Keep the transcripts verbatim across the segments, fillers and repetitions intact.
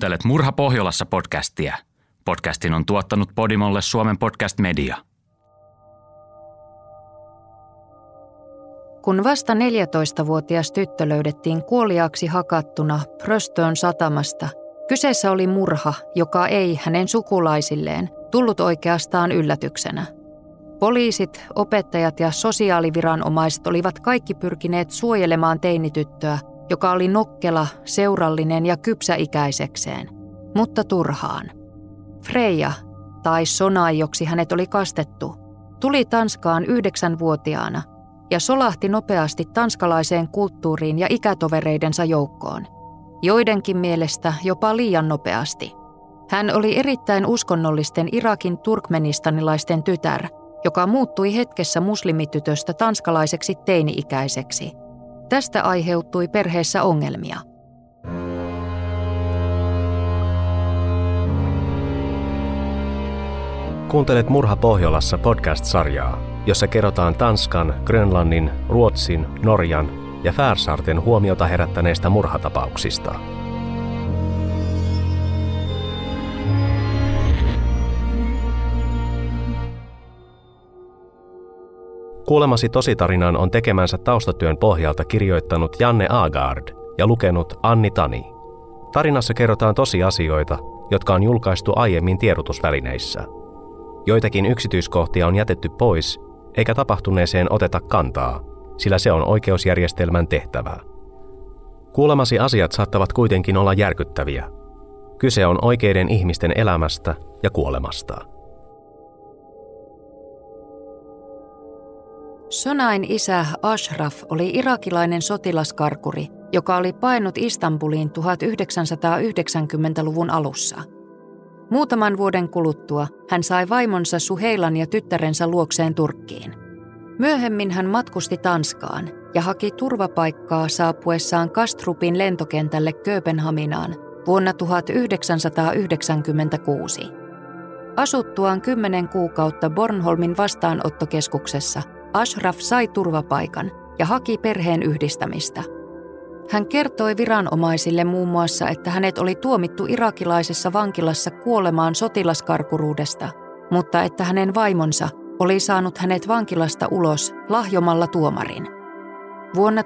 Kuuntelet Murha Pohjolassa podcastia. Podcastin on tuottanut Podimolle Suomen Podcast Media. Kun vasta neljätoistavuotias tyttö löydettiin kuoliaaksi hakattuna Bröstön satamasta, kyseessä oli murha, joka ei hänen sukulaisilleen tullut oikeastaan yllätyksenä. Poliisit, opettajat ja sosiaaliviranomaiset olivat kaikki pyrkineet suojelemaan teinityttöä, joka oli nokkela, seurallinen ja kypsäikäisekseen, mutta turhaan. Freija, tai Sonai, joksi hänet oli kastettu, tuli Tanskaan yhdeksänvuotiaana ja solahti nopeasti tanskalaiseen kulttuuriin ja ikätovereidensa joukkoon. Joidenkin mielestä jopa liian nopeasti. Hän oli erittäin uskonnollisten Irakin turkmenistanilaisten tytär, joka muuttui hetkessä muslimitytöstä tanskalaiseksi teini-ikäiseksi. Tästä aiheutui perheessä ongelmia. Kuuntelet Murha Pohjolassa podcast-sarjaa, jossa kerrotaan Tanskan, Grönlannin, Ruotsin, Norjan ja Färsaarten huomiota herättäneistä murhatapauksista. Kuulemasi tositarinan on tekemänsä taustatyön pohjalta kirjoittanut Janne Agard ja lukenut Anni Tani. Tarinassa kerrotaan tosiasioita, jotka on julkaistu aiemmin tiedotusvälineissä. Joitakin yksityiskohtia on jätetty pois, eikä tapahtuneeseen oteta kantaa, sillä se on oikeusjärjestelmän tehtävä. Kuulemasi asiat saattavat kuitenkin olla järkyttäviä. Kyse on oikeiden ihmisten elämästä ja kuolemasta. Sonain isä Ashraf oli irakilainen sotilaskarkuri, joka oli paennut Istanbuliin tuhatyhdeksänsataayhdeksänkymmentäluvun alussa. Muutaman vuoden kuluttua hän sai vaimonsa Suheilan ja tyttärensä luokseen Turkkiin. Myöhemmin hän matkusti Tanskaan ja haki turvapaikkaa saapuessaan Kastrupin lentokentälle Kööpenhaminaan vuonna tuhatyhdeksänsataayhdeksänkymmentäkuusi. Asuttuaan kymmenen kuukautta Bornholmin vastaanottokeskuksessa Ashraf sai turvapaikan ja haki perheen yhdistämistä. Hän kertoi viranomaisille muun muassa, että hänet oli tuomittu irakilaisessa vankilassa kuolemaan sotilaskarkuruudesta, mutta että hänen vaimonsa oli saanut hänet vankilasta ulos lahjomalla tuomarin. Vuonna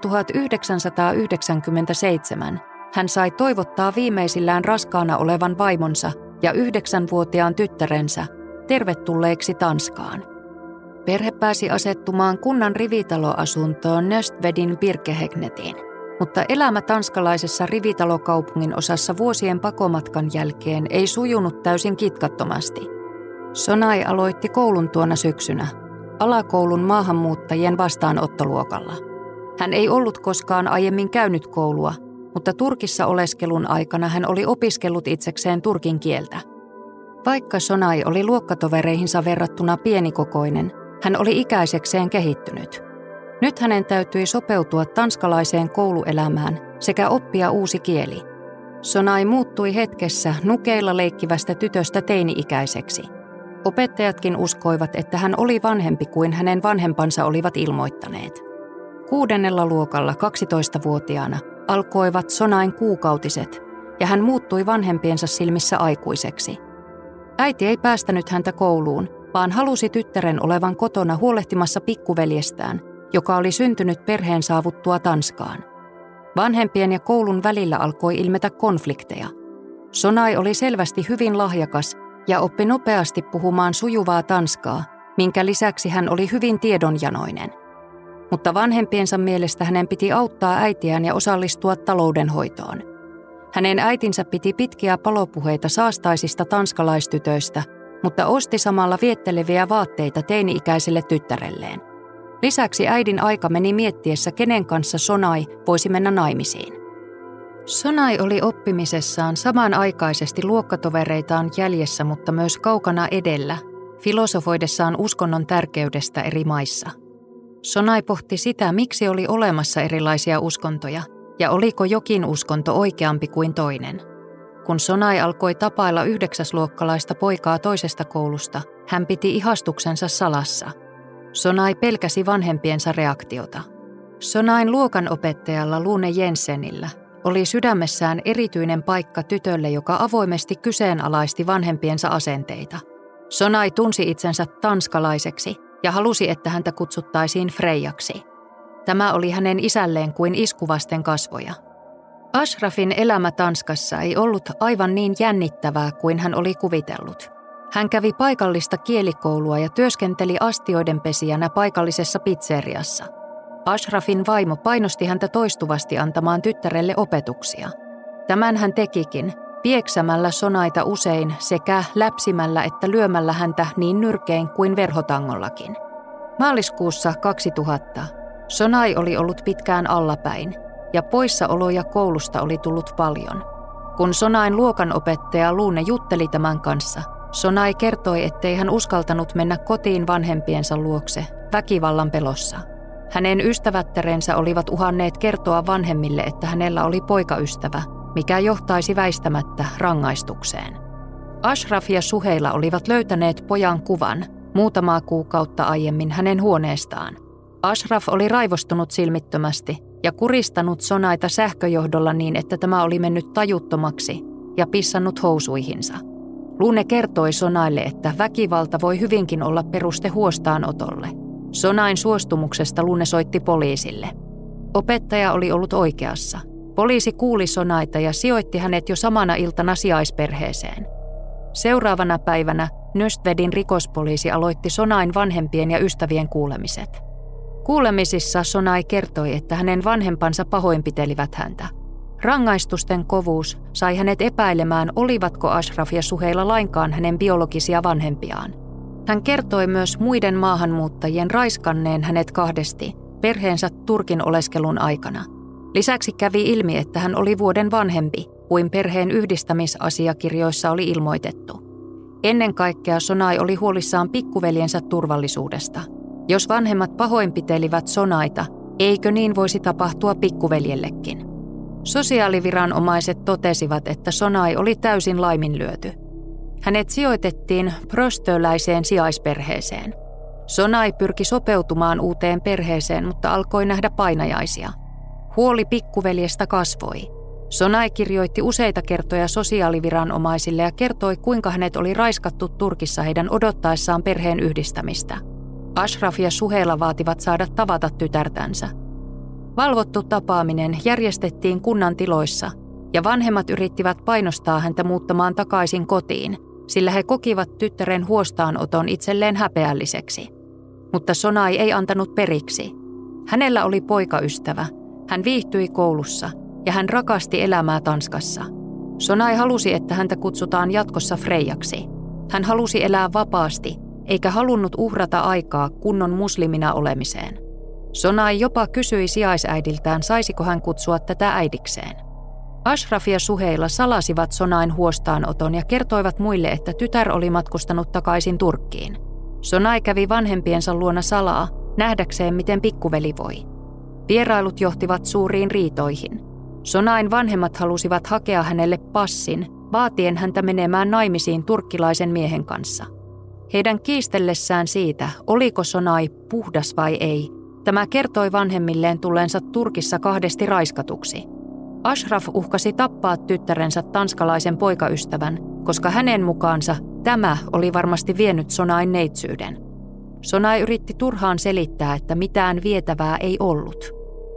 tuhatyhdeksänsataayhdeksänkymmentäseitsemän hän sai toivottaa viimeisillään raskaana olevan vaimonsa ja yhdeksänvuotiaan tyttärensä tervetulleeksi Tanskaan. Perhe pääsi asettumaan kunnan rivitaloasuntoon Nöstvedin Birkehegnetiin, mutta elämä tanskalaisessa rivitalokaupungin osassa vuosien pakomatkan jälkeen ei sujunut täysin kitkattomasti. Sonai aloitti koulun tuona syksynä, alakoulun maahanmuuttajien vastaanottoluokalla. Hän ei ollut koskaan aiemmin käynyt koulua, mutta Turkissa oleskelun aikana hän oli opiskellut itsekseen turkin kieltä. Vaikka Sonai oli luokkatovereihinsa verrattuna pienikokoinen, hän oli ikäisekseen kehittynyt. Nyt hänen täytyi sopeutua tanskalaiseen kouluelämään sekä oppia uusi kieli. Sonai muuttui hetkessä nukeilla leikkivästä tytöstä teini-ikäiseksi. Opettajatkin uskoivat, että hän oli vanhempi kuin hänen vanhempansa olivat ilmoittaneet. Kuudennella luokalla kaksitoistavuotiaana alkoivat Sonain kuukautiset ja hän muuttui vanhempiensa silmissä aikuiseksi. Äiti ei päästänyt häntä kouluun, vaan halusi tyttären olevan kotona huolehtimassa pikkuveljestään, joka oli syntynyt perheen saavuttua Tanskaan. Vanhempien ja koulun välillä alkoi ilmetä konflikteja. Sonai oli selvästi hyvin lahjakas ja oppi nopeasti puhumaan sujuvaa tanskaa, minkä lisäksi hän oli hyvin tiedonjanoinen. Mutta vanhempiensa mielestä hänen piti auttaa äitiään ja osallistua taloudenhoitoon. Hänen äitinsä piti pitkiä palopuheita saastaisista tanskalaistytöistä, mutta osti samalla vietteleviä vaatteita teini-ikäiselle tyttärelleen. Lisäksi äidin aika meni miettiessä, kenen kanssa Sonai voisi mennä naimisiin. Sonai oli oppimisessaan samanaikaisesti luokkatovereitaan jäljessä, mutta myös kaukana edellä, filosofoidessaan uskonnon tärkeydestä eri maissa. Sonai pohti sitä, miksi oli olemassa erilaisia uskontoja, ja oliko jokin uskonto oikeampi kuin toinen. Kun Sonai alkoi tapailla yhdeksäsluokkalaista poikaa toisesta koulusta, hän piti ihastuksensa salassa. Sonai pelkäsi vanhempiensa reaktiota. Sonain luokanopettajalla Lune Jensenillä oli sydämessään erityinen paikka tytölle, joka avoimesti kyseenalaisti vanhempiensa asenteita. Sonai tunsi itsensä tanskalaiseksi ja halusi, että häntä kutsuttaisiin Freijaksi. Tämä oli hänen isälleen kuin iskuvasten kasvoja. Ashrafin elämä Tanskassa ei ollut aivan niin jännittävää kuin hän oli kuvitellut. Hän kävi paikallista kielikoulua ja työskenteli astioidenpesijänä paikallisessa pizzeriassa. Ashrafin vaimo painosti häntä toistuvasti antamaan tyttärelle opetuksia. Tämän hän tekikin, pieksämällä Sonaita usein sekä läpsimällä että lyömällä häntä niin nyrkein kuin verhotangollakin. Maaliskuussa kaksituhatta Sonai oli ollut pitkään allapäin ja poissaoloja koulusta oli tullut paljon. Kun Sonain luokanopettaja Lune jutteli tämän kanssa, Sonai kertoi, ettei hän uskaltanut mennä kotiin vanhempiensa luokse väkivallan pelossa. Hänen ystävättärensä olivat uhanneet kertoa vanhemmille, että hänellä oli poikaystävä, mikä johtaisi väistämättä rangaistukseen. Ashraf ja Suheila olivat löytäneet pojan kuvan muutamaa kuukautta aiemmin hänen huoneestaan. Ashraf oli raivostunut silmittömästi ja kuristanut Sonaita sähköjohdolla niin, että tämä oli mennyt tajuttomaksi ja pissannut housuihinsa. Lune kertoi Sonaille, että väkivalta voi hyvinkin olla peruste huostaanotolle. Sonain suostumuksesta Lune soitti poliisille. Opettaja oli ollut oikeassa. Poliisi kuuli Sonaita ja sijoitti hänet jo samana iltana sijaisperheeseen. Seuraavana päivänä Nöstvedin rikospoliisi aloitti Sonain vanhempien ja ystävien kuulemiset. Kuulemisissa Sonai kertoi, että hänen vanhempansa pahoinpitelivät häntä. Rangaistusten kovuus sai hänet epäilemään, olivatko Ashraf ja Suheila lainkaan hänen biologisia vanhempiaan. Hän kertoi myös muiden maahanmuuttajien raiskanneen hänet kahdesti perheensä Turkin oleskelun aikana. Lisäksi kävi ilmi, että hän oli vuoden vanhempi kuin perheen yhdistämisasiakirjoissa oli ilmoitettu. Ennen kaikkea Sonai oli huolissaan pikkuveljensä turvallisuudesta. Jos vanhemmat pahoinpitelivät Sonaita, eikö niin voisi tapahtua pikkuveljellekin? Sosiaaliviranomaiset totesivat, että Sonai oli täysin laiminlyöty. Hänet sijoitettiin prostöläiseen sijaisperheeseen. Sonai pyrki sopeutumaan uuteen perheeseen, mutta alkoi nähdä painajaisia. Huoli pikkuveljestä kasvoi. Sonai kirjoitti useita kertoja sosiaaliviranomaisille ja kertoi, kuinka hänet oli raiskattu Turkissa heidän odottaessaan perheen yhdistämistä. Ashraf ja Suheila vaativat saada tavata tytärtänsä. Valvottu tapaaminen järjestettiin kunnan tiloissa ja vanhemmat yrittivät painostaa häntä muuttamaan takaisin kotiin, sillä he kokivat tyttären huostaanoton itselleen häpeälliseksi. Mutta Sonai ei antanut periksi. Hänellä oli poikaystävä, hän viihtyi koulussa ja hän rakasti elämää Tanskassa. Sonai halusi, että häntä kutsutaan jatkossa Freijaksi. Hän halusi elää vapaasti, eikä halunnut uhrata aikaa kunnon muslimina olemiseen. Sonai jopa kysyi sijaisäidiltään, saisiko hän kutsua tätä äidikseen. Ashraf ja Suheila salasivat Sonain huostaanoton ja kertoivat muille, että tytär oli matkustanut takaisin Turkkiin. Sonai kävi vanhempiensa luona salaa, nähdäkseen miten pikkuveli voi. Vierailut johtivat suuriin riitoihin. Sonain vanhemmat halusivat hakea hänelle passin, vaatien häntä menemään naimisiin turkkilaisen miehen kanssa. Heidän kiistellessään siitä, oliko Sonai puhdas vai ei, tämä kertoi vanhemmilleen tulleensa Turkissa kahdesti raiskatuksi. Ashraf uhkasi tappaa tyttärensä tanskalaisen poikaystävän, koska hänen mukaansa tämä oli varmasti vienyt Sonain neitsyyden. Sonai yritti turhaan selittää, että mitään vietävää ei ollut.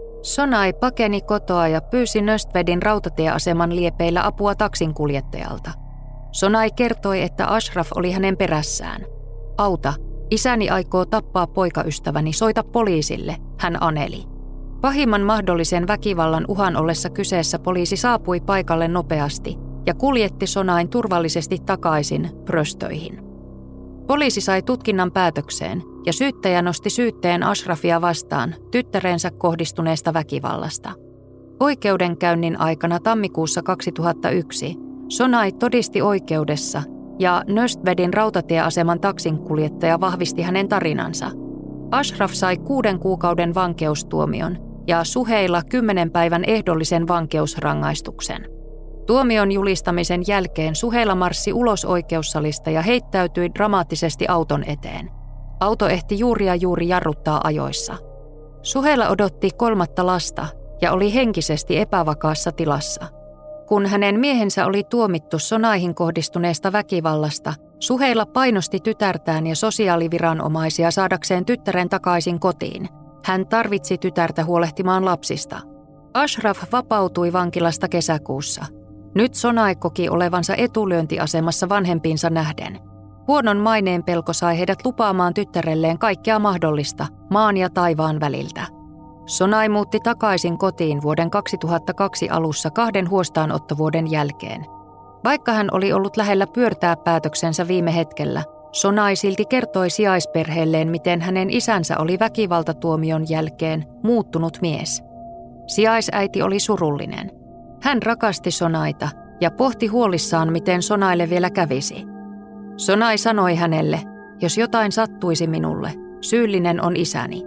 Sonai pakeni kotoa ja pyysi Nöstvedin rautatieaseman liepeillä apua taksinkuljettajalta. Sonai kertoi, että Ashraf oli hänen perässään. Auta, isäni aikoo tappaa poikaystäväni, soita poliisille, hän aneli. Pahimman mahdollisen väkivallan uhan ollessa kyseessä poliisi saapui paikalle nopeasti ja kuljetti Sonain turvallisesti takaisin Bröstöihin. Poliisi sai tutkinnan päätökseen ja syyttäjä nosti syytteen Ashrafia vastaan tyttärensä kohdistuneesta väkivallasta. Oikeudenkäynnin aikana tammikuussa kaksituhattayksi Sonai todisti oikeudessa ja Nöstvedin rautatieaseman taksinkuljettaja vahvisti hänen tarinansa. Ashraf sai kuuden kuukauden vankeustuomion ja Suheila kymmenen päivän ehdollisen vankeusrangaistuksen. Tuomion julistamisen jälkeen Suheila marssi ulos oikeussalista ja heittäytyi dramaattisesti auton eteen. Auto ehti juuri ja juuri jarruttaa ajoissa. Suheila odotti kolmatta lasta ja oli henkisesti epävakaassa tilassa. Kun hänen miehensä oli tuomittu Sonaihin kohdistuneesta väkivallasta, Suheila painosti tytärtään ja sosiaaliviranomaisia saadakseen tyttären takaisin kotiin. Hän tarvitsi tytärtä huolehtimaan lapsista. Ashraf vapautui vankilasta kesäkuussa. Nyt Sonai koki olevansa etulyöntiasemassa vanhempiinsa nähden. Huonon maineen pelko sai heidät lupaamaan tyttärelleen kaikkea mahdollista maan ja taivaan väliltä. Sonai muutti takaisin kotiin vuoden kaksituhattakaksi alussa kahden huostaanottovuoden jälkeen. Vaikka hän oli ollut lähellä pyörtää päätöksensä viime hetkellä, Sonai silti kertoi sijaisperheelleen, miten hänen isänsä oli väkivaltatuomion jälkeen muuttunut mies. Sijaisäiti oli surullinen. Hän rakasti Sonaita ja pohti huolissaan, miten Sonaille vielä kävisi. Sonai sanoi hänelle, jos jotain sattuisi minulle, syyllinen on isäni.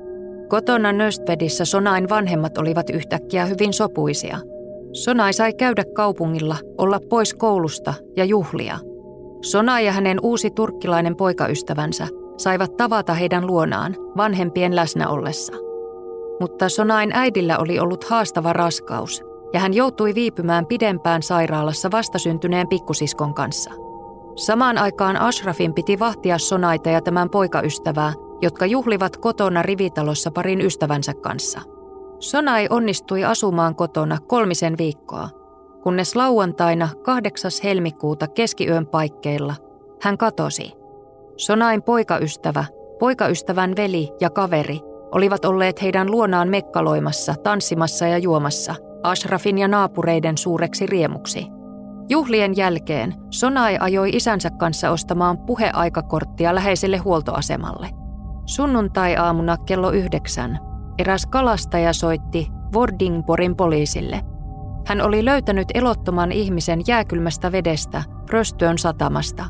Kotona Nöstbedissä Sonain vanhemmat olivat yhtäkkiä hyvin sopuisia. Sonai sai käydä kaupungilla, olla pois koulusta ja juhlia. Sonai ja hänen uusi turkkilainen poikaystävänsä saivat tavata heidän luonaan vanhempien läsnä ollessa. Mutta Sonain äidillä oli ollut haastava raskaus ja hän joutui viipymään pidempään sairaalassa vastasyntyneen pikkusiskon kanssa. Samaan aikaan Ashrafin piti vahtia Sonaita ja tämän poikaystävää, jotka juhlivat kotona rivitalossa parin ystävänsä kanssa. Sonai onnistui asumaan kotona kolmisen viikkoa, kunnes lauantaina kahdeksas helmikuuta keskiyön paikkeilla hän katosi. Sonain poikaystävä, poikaystävän veli ja kaveri olivat olleet heidän luonaan mekkaloimassa, tanssimassa ja juomassa, Ashrafin ja naapureiden suureksi riemuksi. Juhlien jälkeen Sonai ajoi isänsä kanssa ostamaan puheaikakorttia läheiselle huoltoasemalle. Sunnuntai-aamuna kello yhdeksän eräs kalastaja soitti Vordingborgin poliisille. Hän oli löytänyt elottoman ihmisen jääkylmästä vedestä Röstön satamasta.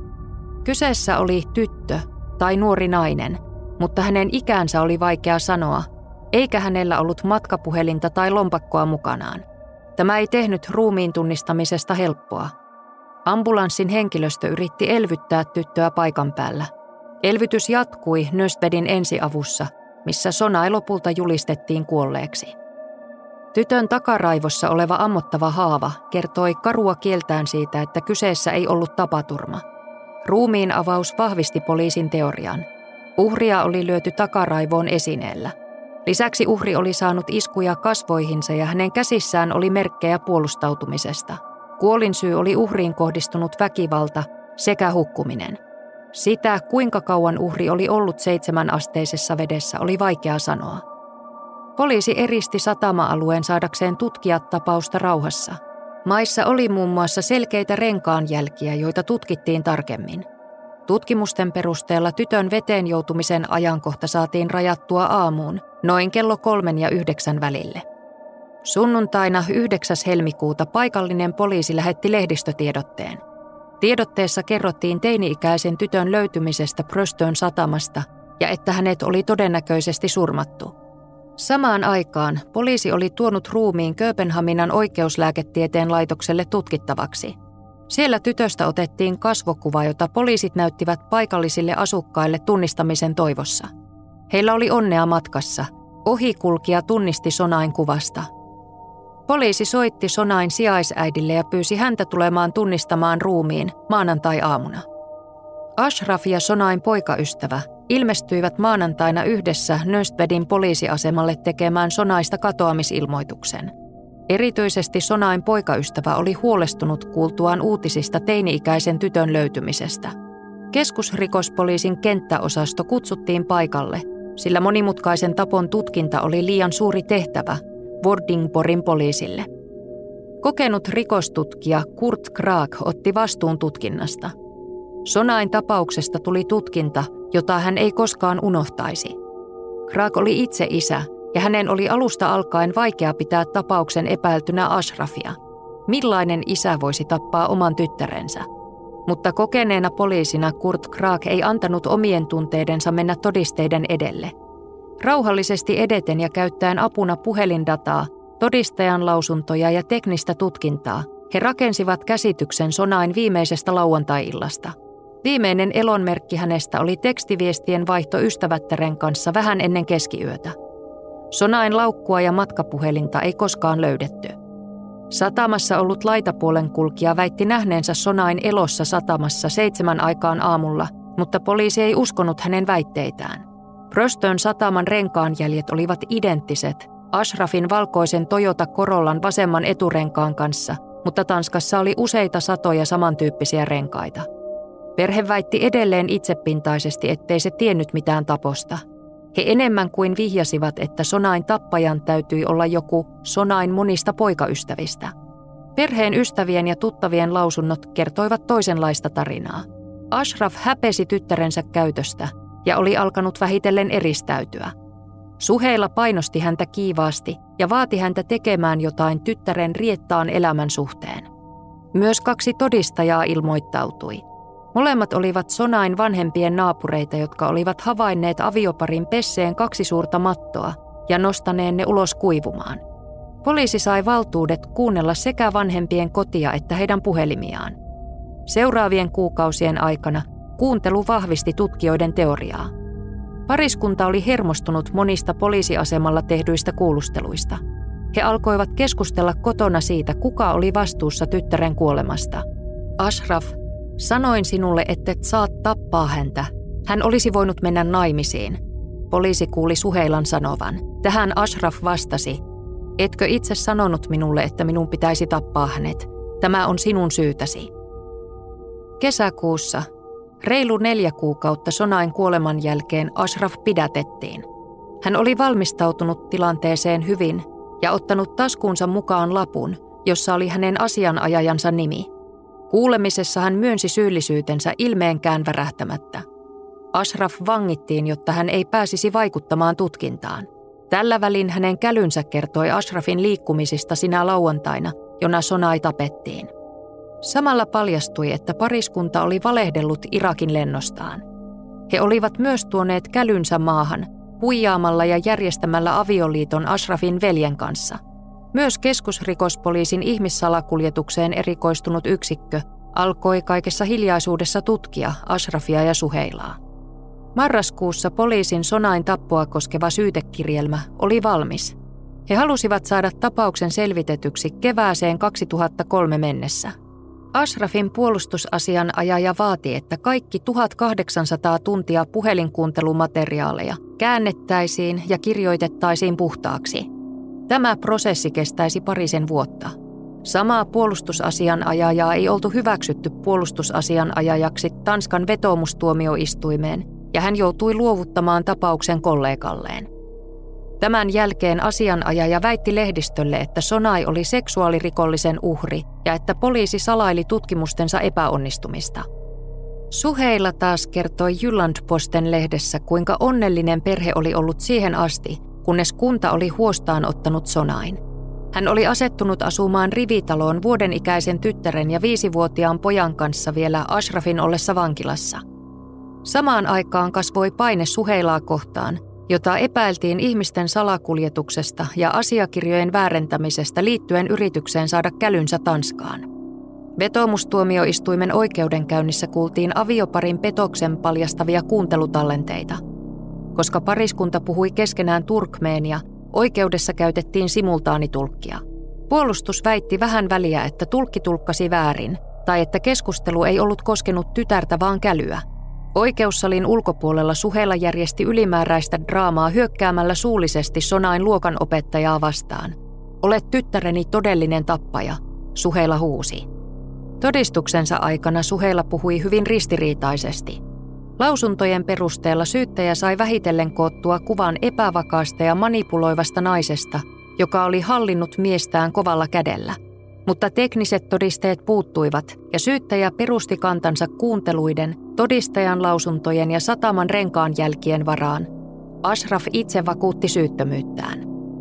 Kyseessä oli tyttö tai nuori nainen, mutta hänen ikänsä oli vaikea sanoa, eikä hänellä ollut matkapuhelinta tai lompakkoa mukanaan. Tämä ei tehnyt ruumiin tunnistamisesta helppoa. Ambulanssin henkilöstö yritti elvyttää tyttöä paikan päällä. Elvytys jatkui Nöstbedin ensiavussa, missä Sonai lopulta julistettiin kuolleeksi. Tytön takaraivossa oleva ammottava haava kertoi karua kieltään siitä, että kyseessä ei ollut tapaturma. Ruumiin avaus vahvisti poliisin teorian. Uhria oli lyöty takaraivoon esineellä. Lisäksi uhri oli saanut iskuja kasvoihinsa ja hänen käsissään oli merkkejä puolustautumisesta. Kuolinsyy oli uhriin kohdistunut väkivalta sekä hukkuminen. Sitä, kuinka kauan uhri oli ollut seitsemänasteisessa vedessä, oli vaikea sanoa. Poliisi eristi satama-alueen saadakseen tutkia tapausta rauhassa. Maissa oli muun muassa selkeitä renkaanjälkiä, joita tutkittiin tarkemmin. Tutkimusten perusteella tytön veteen joutumisen ajankohta saatiin rajattua aamuun, noin kello kolmen ja yhdeksän välille. Sunnuntaina yhdeksäs helmikuuta paikallinen poliisi lähetti lehdistötiedotteen. Tiedotteessa kerrottiin teini-ikäisen tytön löytymisestä Röstön satamasta ja että hänet oli todennäköisesti surmattu. Samaan aikaan poliisi oli tuonut ruumiin Kööpenhaminan oikeuslääketieteen laitokselle tutkittavaksi. Siellä tytöstä otettiin kasvokuva, jota poliisit näyttivät paikallisille asukkaille tunnistamisen toivossa. Heillä oli onnea matkassa. Ohikulkija tunnisti Sonain kuvasta. Poliisi soitti Sonain sijaisäidille ja pyysi häntä tulemaan tunnistamaan ruumiin maanantai-aamuna. Ashraf ja Sonain poikaystävä ilmestyivät maanantaina yhdessä Nöstbedin poliisiasemalle tekemään Sonaista katoamisilmoituksen. Erityisesti Sonain poikaystävä oli huolestunut kuultuaan uutisista teini-ikäisen tytön löytymisestä. Keskusrikospoliisin kenttäosasto kutsuttiin paikalle, sillä monimutkaisen tapon tutkinta oli liian suuri tehtävä Vordingborgin poliisille. Kokenut rikostutkija Kurt Krag otti vastuun tutkinnasta. Sonain tapauksesta tuli tutkinta, jota hän ei koskaan unohtaisi. Krag oli itse isä ja hänen oli alusta alkaen vaikea pitää tapauksen epäiltynä Ashrafia. Millainen isä voisi tappaa oman tyttärensä? Mutta kokeneena poliisina Kurt Krag ei antanut omien tunteidensa mennä todisteiden edelle. Rauhallisesti edeten ja käyttäen apuna puhelindataa, todistajan lausuntoja ja teknistä tutkintaa, he rakensivat käsityksen Sonain viimeisestä lauantai-illasta. Viimeinen elonmerkki hänestä oli tekstiviestien vaihto ystävättären kanssa vähän ennen keskiyötä. Sonain laukkua ja matkapuhelinta ei koskaan löydetty. Satamassa ollut laitapuolen kulkija väitti nähneensä Sonain elossa satamassa seitsemän aikaan aamulla, mutta poliisi ei uskonut hänen väitteitään. Bröstön sataman renkaanjäljet olivat identtiset Ashrafin valkoisen Toyota Corollan vasemman eturenkaan kanssa, mutta Tanskassa oli useita satoja samantyyppisiä renkaita. Perhe väitti edelleen itsepintaisesti, ettei se tiennyt mitään taposta. He enemmän kuin vihjasivat, että Sonain tappajan täytyi olla joku Sonain monista poikaystävistä. Perheen ystävien ja tuttavien lausunnot kertoivat toisenlaista tarinaa. Ashraf häpesi tyttärensä käytöstä ja oli alkanut vähitellen eristäytyä. Suheila painosti häntä kiivaasti ja vaati häntä tekemään jotain tyttären riettaan elämän suhteen. Myös kaksi todistajaa ilmoittautui. Molemmat olivat Sonain vanhempien naapureita, jotka olivat havainneet avioparin pesseen kaksi suurta mattoa ja nostaneen ne ulos kuivumaan. Poliisi sai valtuudet kuunnella sekä vanhempien kotia että heidän puhelimiaan. Seuraavien kuukausien aikana kuuntelu vahvisti tutkijoiden teoriaa. Pariskunta oli hermostunut monista poliisiasemalla tehdyistä kuulusteluista. He alkoivat keskustella kotona siitä, kuka oli vastuussa tyttären kuolemasta. Ashraf, sanoin sinulle, ettet saa tappaa häntä. Hän olisi voinut mennä naimisiin. Poliisi kuuli Suheilan sanovan. Tähän Ashraf vastasi. Etkö itse sanonut minulle, että minun pitäisi tappaa hänet? Tämä on sinun syytäsi. Kesäkuussa, reilu neljä kuukautta Sonain kuoleman jälkeen Ashraf pidätettiin. Hän oli valmistautunut tilanteeseen hyvin ja ottanut taskuunsa mukaan lapun, jossa oli hänen asianajajansa nimi. Kuulemisessa hän myönsi syyllisyytensä ilmeenkään värähtämättä. Ashraf vangittiin, jotta hän ei pääsisi vaikuttamaan tutkintaan. Tällä välin hänen kälynsä kertoi Ashrafin liikkumisista sinä lauantaina, jona Sonai tapettiin. Samalla paljastui, että pariskunta oli valehdellut Irakin lennostaan. He olivat myös tuoneet kälynsä maahan, huijaamalla ja järjestämällä avioliiton Ashrafin veljen kanssa. Myös keskusrikospoliisin ihmissalakuljetukseen erikoistunut yksikkö alkoi kaikessa hiljaisuudessa tutkia Ashrafia ja Suheilaa. Marraskuussa poliisin Sonain tappoa koskeva syytekirjelmä oli valmis. He halusivat saada tapauksen selvitetyksi kevääseen kaksituhattakolme mennessä. Ashrafin puolustusasianajaja vaati, että kaikki tuhatkahdeksansataa tuntia puhelinkuuntelumateriaaleja käännettäisiin ja kirjoitettaisiin puhtaaksi. Tämä prosessi kestäisi parisen vuotta. Samaa puolustusasianajajaa ei oltu hyväksytty puolustusasianajajaksi Tanskan vetoomustuomioistuimeen, ja hän joutui luovuttamaan tapauksen kollegalleen. Tämän jälkeen asianajaja väitti lehdistölle, että Sonai oli seksuaalirikollisen uhri ja että poliisi salaili tutkimustensa epäonnistumista. Suheila taas kertoi Jylland-Posten lehdessä, kuinka onnellinen perhe oli ollut siihen asti, kunnes kunta oli huostaan ottanut Sonain. Hän oli asettunut asumaan rivitaloon vuodenikäisen tyttären ja viisivuotiaan pojan kanssa vielä Ashrafin ollessa vankilassa. Samaan aikaan kasvoi paine Suheilaa kohtaan, jota epäiltiin ihmisten salakuljetuksesta ja asiakirjojen väärentämisestä liittyen yritykseen saada kälynsä Tanskaan. Vetoomustuomioistuimen oikeudenkäynnissä kuultiin avioparin petoksen paljastavia kuuntelutallenteita. Koska pariskunta puhui keskenään turkmeenia, oikeudessa käytettiin simultaanitulkkia. Puolustus väitti vähän väliä, että tulkki tulkkasi väärin, tai että keskustelu ei ollut koskenut tytärtä vaan kälyä. Oikeussalin ulkopuolella Suheila järjesti ylimääräistä draamaa hyökkäämällä suullisesti Sonain luokanopettajaa vastaan. Olet tyttäreni todellinen tappaja, Suheila huusi. Todistuksensa aikana Suheila puhui hyvin ristiriitaisesti. Lausuntojen perusteella syyttäjä sai vähitellen koottua kuvan epävakaasta ja manipuloivasta naisesta, joka oli hallinnut miestään kovalla kädellä. Mutta tekniset todisteet puuttuivat ja syyttäjä perusti kantansa kuunteluiden, todistajan lausuntojen ja sataman renkaanjälkien varaan. Ashraf itse vakuutti syyttömyyttään.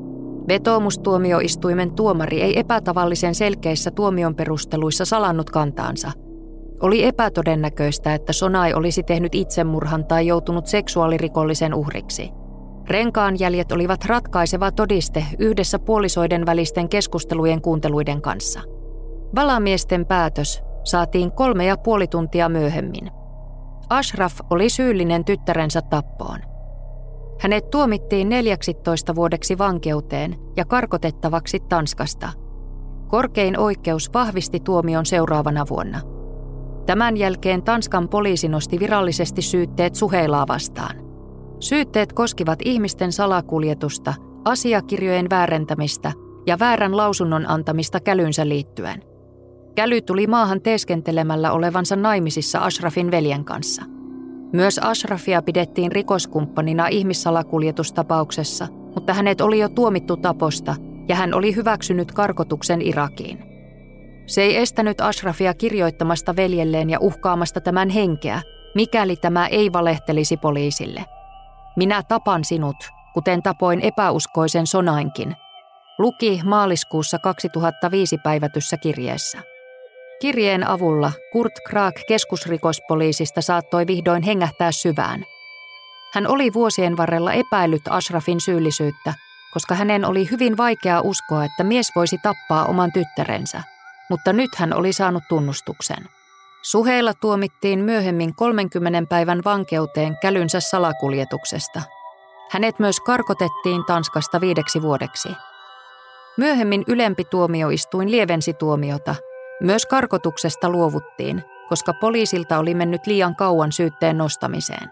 Vetoomustuomioistuimen tuomari ei epätavallisen selkeissä tuomion perusteluissa salannut kantaansa. Oli epätodennäköistä, että Sonai olisi tehnyt itsemurhan tai joutunut seksuaalirikollisen uhriksi. Renkaanjäljet olivat ratkaiseva todiste yhdessä puolisoiden välisten keskustelujen kuunteluiden kanssa. Valamiesten päätös saatiin kolme ja puoli tuntia myöhemmin. Ashraf oli syyllinen tyttärensä tappoon. Hänet tuomittiin neljäksitoista vuodeksi vankeuteen ja karkotettavaksi Tanskasta. Korkein oikeus vahvisti tuomion seuraavana vuonna. Tämän jälkeen Tanskan poliisi nosti virallisesti syytteet Suheilaa vastaan. Syytteet koskivat ihmisten salakuljetusta, asiakirjojen väärentämistä ja väärän lausunnon antamista Kälynsä liittyen. Käly tuli maahan teeskentelemällä olevansa naimisissa Ashrafin veljen kanssa. Myös Ashrafia pidettiin rikoskumppanina ihmissalakuljetustapauksessa, mutta hänet oli jo tuomittu taposta ja hän oli hyväksynyt karkotuksen Irakiin. Se ei estänyt Ashrafia kirjoittamasta veljelleen ja uhkaamasta tämän henkeä, mikäli tämä ei valehtelisi poliisille. Minä tapan sinut, kuten tapoin epäuskoisen Sonainkin, luki maaliskuussa kaksituhattaviisi päivätyssä kirjeessä. Kirjeen avulla Kurt Krag keskusrikospoliisista saattoi vihdoin hengähtää syvään. Hän oli vuosien varrella epäillyt Ashrafin syyllisyyttä, koska hänen oli hyvin vaikea uskoa, että mies voisi tappaa oman tyttärensä, mutta nyt hän oli saanut tunnustuksen. Suheila tuomittiin myöhemmin kolmenkymmenen päivän vankeuteen Kälynsä salakuljetuksesta. Hänet myös karkotettiin Tanskasta viideksi vuodeksi. Myöhemmin ylempi tuomioistuin lievensi tuomiota. Myös karkotuksesta luovuttiin, koska poliisilta oli mennyt liian kauan syytteen nostamiseen.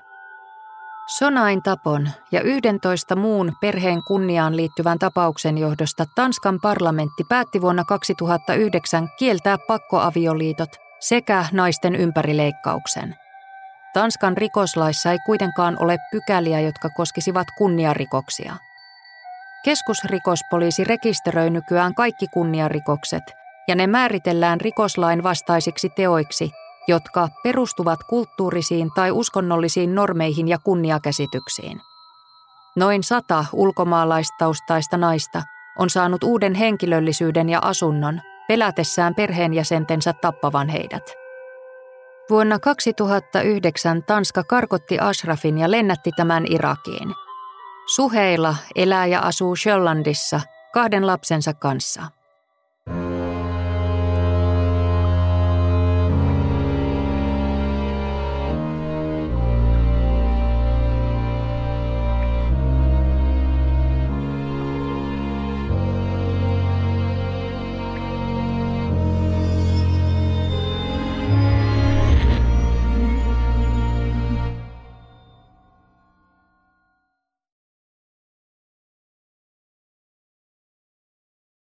Sonain tapon ja yhdentoista muun perheen kunniaan liittyvän tapauksen johdosta Tanskan parlamentti päätti vuonna kaksituhattayhdeksän kieltää pakkoavioliitot sekä naisten ympärileikkauksen. Tanskan rikoslaissa ei kuitenkaan ole pykäliä, jotka koskisivat kunniarikoksia. Keskusrikospoliisi rekisteröi nykyään kaikki kunniarikokset, ja ne määritellään rikoslain vastaisiksi teoiksi, jotka perustuvat kulttuurisiin tai uskonnollisiin normeihin ja kunniakäsityksiin. Noin sata ulkomaalaistaustaista naista on saanut uuden henkilöllisyyden ja asunnon pelätessään perheenjäsentensä tappavan heidät. Vuonna kaksituhattayhdeksän Tanska karkotti Ashrafin ja lennätti tämän Irakiin. Suheila elää ja asuu Sjöllandissa kahden lapsensa kanssa.